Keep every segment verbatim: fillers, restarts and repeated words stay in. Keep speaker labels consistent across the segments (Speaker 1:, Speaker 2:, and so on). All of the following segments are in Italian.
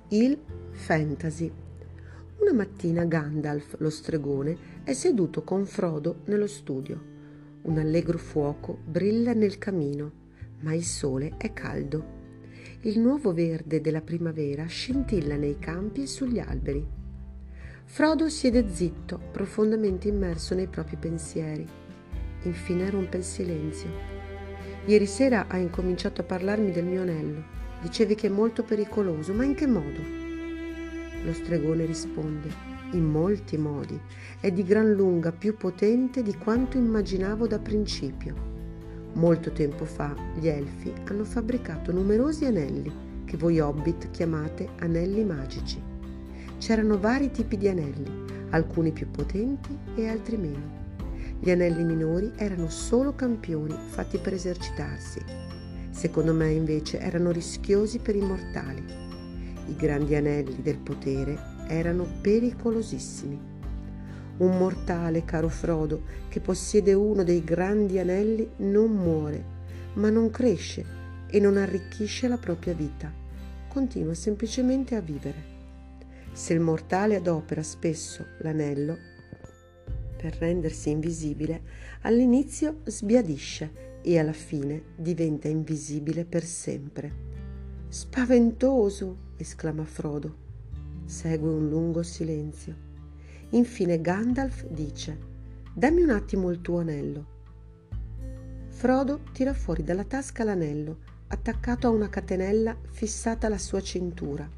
Speaker 1: Il fantasy. Una mattina Gandalf, lo stregone, è seduto con Frodo nello studio. Un allegro fuoco brilla nel camino, ma il sole è caldo. Il nuovo verde della primavera scintilla nei campi e sugli alberi. Frodo siede zitto, profondamente immerso nei propri pensieri. Infine rompe il silenzio. Ieri sera hai incominciato a parlarmi del mio anello. Dicevi che è molto pericoloso, ma in che modo? Lo stregone risponde: in molti modi. È di gran lunga più potente di quanto immaginavo da principio. Molto tempo fa gli elfi hanno fabbricato numerosi anelli che voi hobbit chiamate anelli magici. C'erano vari tipi di anelli, alcuni più potenti e altri meno. Gli anelli minori erano solo campioni fatti per esercitarsi. Secondo me invece erano rischiosi per i mortali. I grandi anelli del potere erano pericolosissimi. Un mortale, caro Frodo, che possiede uno dei grandi anelli non muore, ma non cresce e non arricchisce la propria vita. Continua semplicemente a vivere. Se il mortale adopera spesso l'anello per rendersi invisibile, all'inizio sbiadisce e alla fine diventa invisibile per sempre. Spaventoso! Esclama Frodo. Segue un lungo silenzio. Infine Gandalf dice: dammi un attimo il tuo anello. Frodo tira fuori dalla tasca l'anello, attaccato a una catenella fissata alla sua cintura.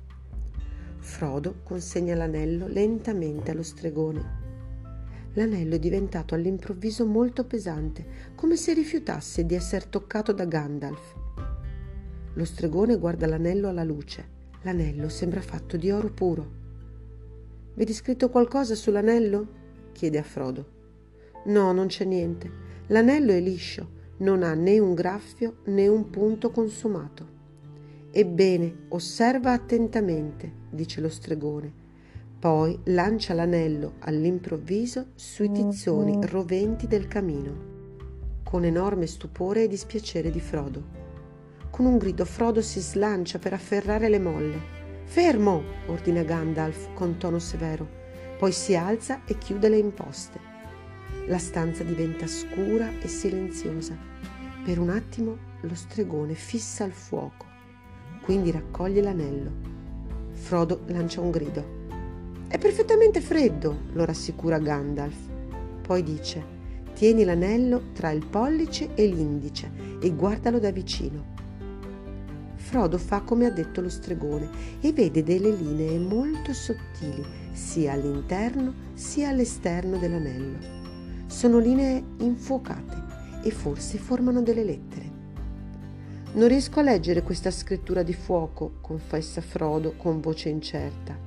Speaker 1: Frodo consegna l'anello lentamente allo stregone. L'anello è diventato all'improvviso molto pesante, come se rifiutasse di essere toccato da Gandalf. Lo stregone guarda l'anello alla luce. L'anello sembra fatto di oro puro. Vedi scritto qualcosa sull'anello? Chiede a Frodo. No, non c'è niente. L'anello è liscio, non ha né un graffio né un punto consumato. Ebbene, osserva attentamente, dice lo stregone. Poi lancia l'anello all'improvviso sui tizzoni roventi del camino, con enorme stupore e dispiacere di Frodo. Con un grido Frodo si slancia per afferrare le molle. «Fermo!» ordina Gandalf con tono severo, poi si alza e chiude le imposte. La stanza diventa scura e silenziosa. Per un attimo lo stregone fissa il fuoco, quindi raccoglie l'anello. Frodo lancia un grido. «È perfettamente freddo», lo rassicura Gandalf. Poi dice: «Tieni l'anello tra il pollice e l'indice e guardalo da vicino». Frodo fa come ha detto lo stregone e vede delle linee molto sottili sia all'interno sia all'esterno dell'anello. Sono linee infuocate e forse formano delle lettere. «Non riesco a leggere questa scrittura di fuoco», confessa Frodo con voce incerta.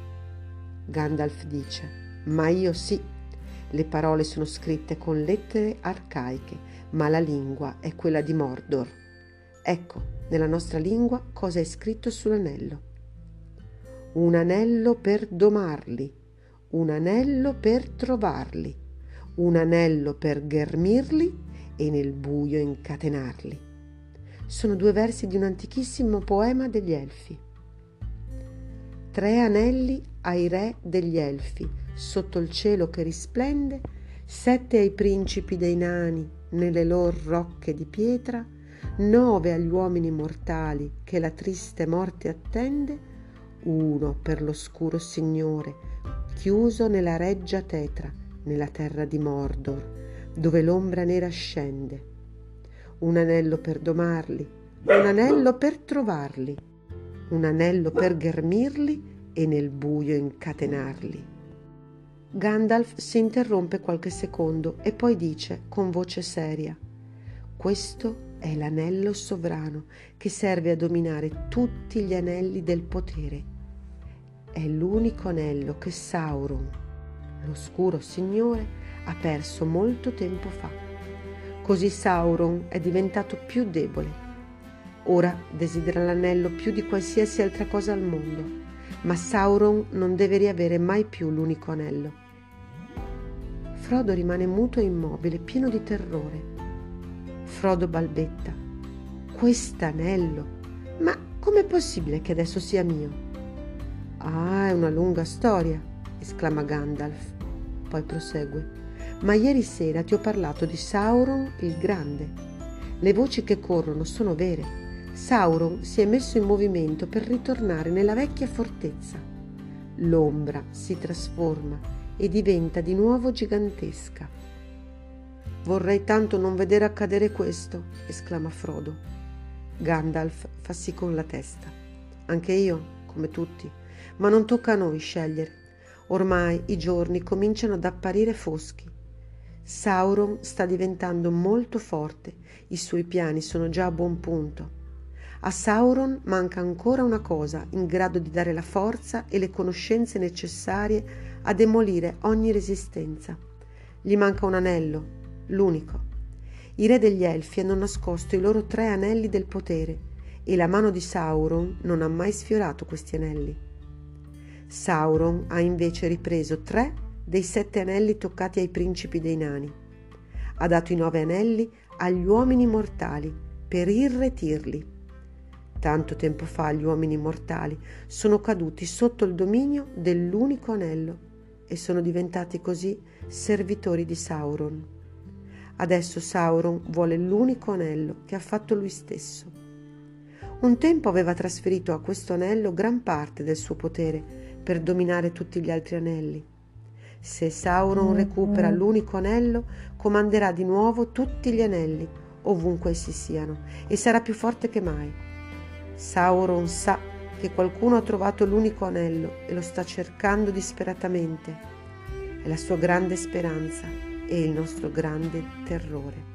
Speaker 1: Gandalf dice: «Ma io sì. Le parole sono scritte con lettere arcaiche, ma la lingua è quella di Mordor. Ecco, nella nostra lingua cosa è scritto sull'anello. Un anello per domarli, un anello per trovarli, un anello per ghermirli e nel buio incatenarli». Sono due versi di un antichissimo poema degli Elfi. Tre anelli ai re degli Elfi, sotto il cielo che risplende, sette ai principi dei nani nelle lor rocche di pietra, nove agli uomini mortali che la triste morte attende, uno per l'oscuro signore, chiuso nella reggia tetra, nella terra di Mordor, dove l'ombra nera scende. Un anello per domarli, un anello per trovarli, un anello per ghermirli e nel buio incatenarli. Gandalf si interrompe qualche secondo e poi dice con voce seria: «Questo è l'anello sovrano che serve a dominare tutti gli anelli del potere. È l'unico anello che Sauron, l'oscuro signore, ha perso molto tempo fa. Così Sauron è diventato più debole. Ora desidera l'anello più di qualsiasi altra cosa al mondo, ma Sauron non deve riavere mai più l'unico anello». Frodo rimane muto e immobile, pieno di terrore. Frodo balbetta: «Quest'anello? Ma com'è possibile che adesso sia mio?» Ah, è una lunga storia, esclama Gandalf. Poi prosegue. Ma ieri sera ti ho parlato di Sauron il Grande. Le voci che corrono sono vere. Sauron si è messo in movimento per ritornare nella vecchia fortezza. L'ombra si trasforma e diventa di nuovo gigantesca. Vorrei tanto non vedere accadere questo, esclama Frodo. Gandalf fa sì con la testa. Anche io, come tutti, ma non tocca a noi scegliere. Ormai i giorni cominciano ad apparire foschi. Sauron sta diventando molto forte, i suoi piani sono già a buon punto. A Sauron manca ancora una cosa in grado di dare la forza e le conoscenze necessarie a demolire ogni resistenza. Gli manca un anello, l'unico. I re degli Elfi hanno nascosto i loro tre anelli del potere e la mano di Sauron non ha mai sfiorato questi anelli. Sauron ha invece ripreso tre dei sette anelli toccati ai principi dei nani. Ha dato i nove anelli agli uomini mortali per irretirli. Tanto tempo fa gli uomini mortali sono caduti sotto il dominio dell'unico anello e sono diventati così servitori di Sauron. Adesso Sauron vuole l'unico anello che ha fatto lui stesso. Un tempo aveva trasferito a questo anello gran parte del suo potere per dominare tutti gli altri anelli. Se Sauron recupera l'unico anello, comanderà di nuovo tutti gli anelli, ovunque essi siano, e sarà più forte che mai. Sauron sa che qualcuno ha trovato l'unico anello e lo sta cercando disperatamente. È la sua grande speranza e il nostro grande terrore.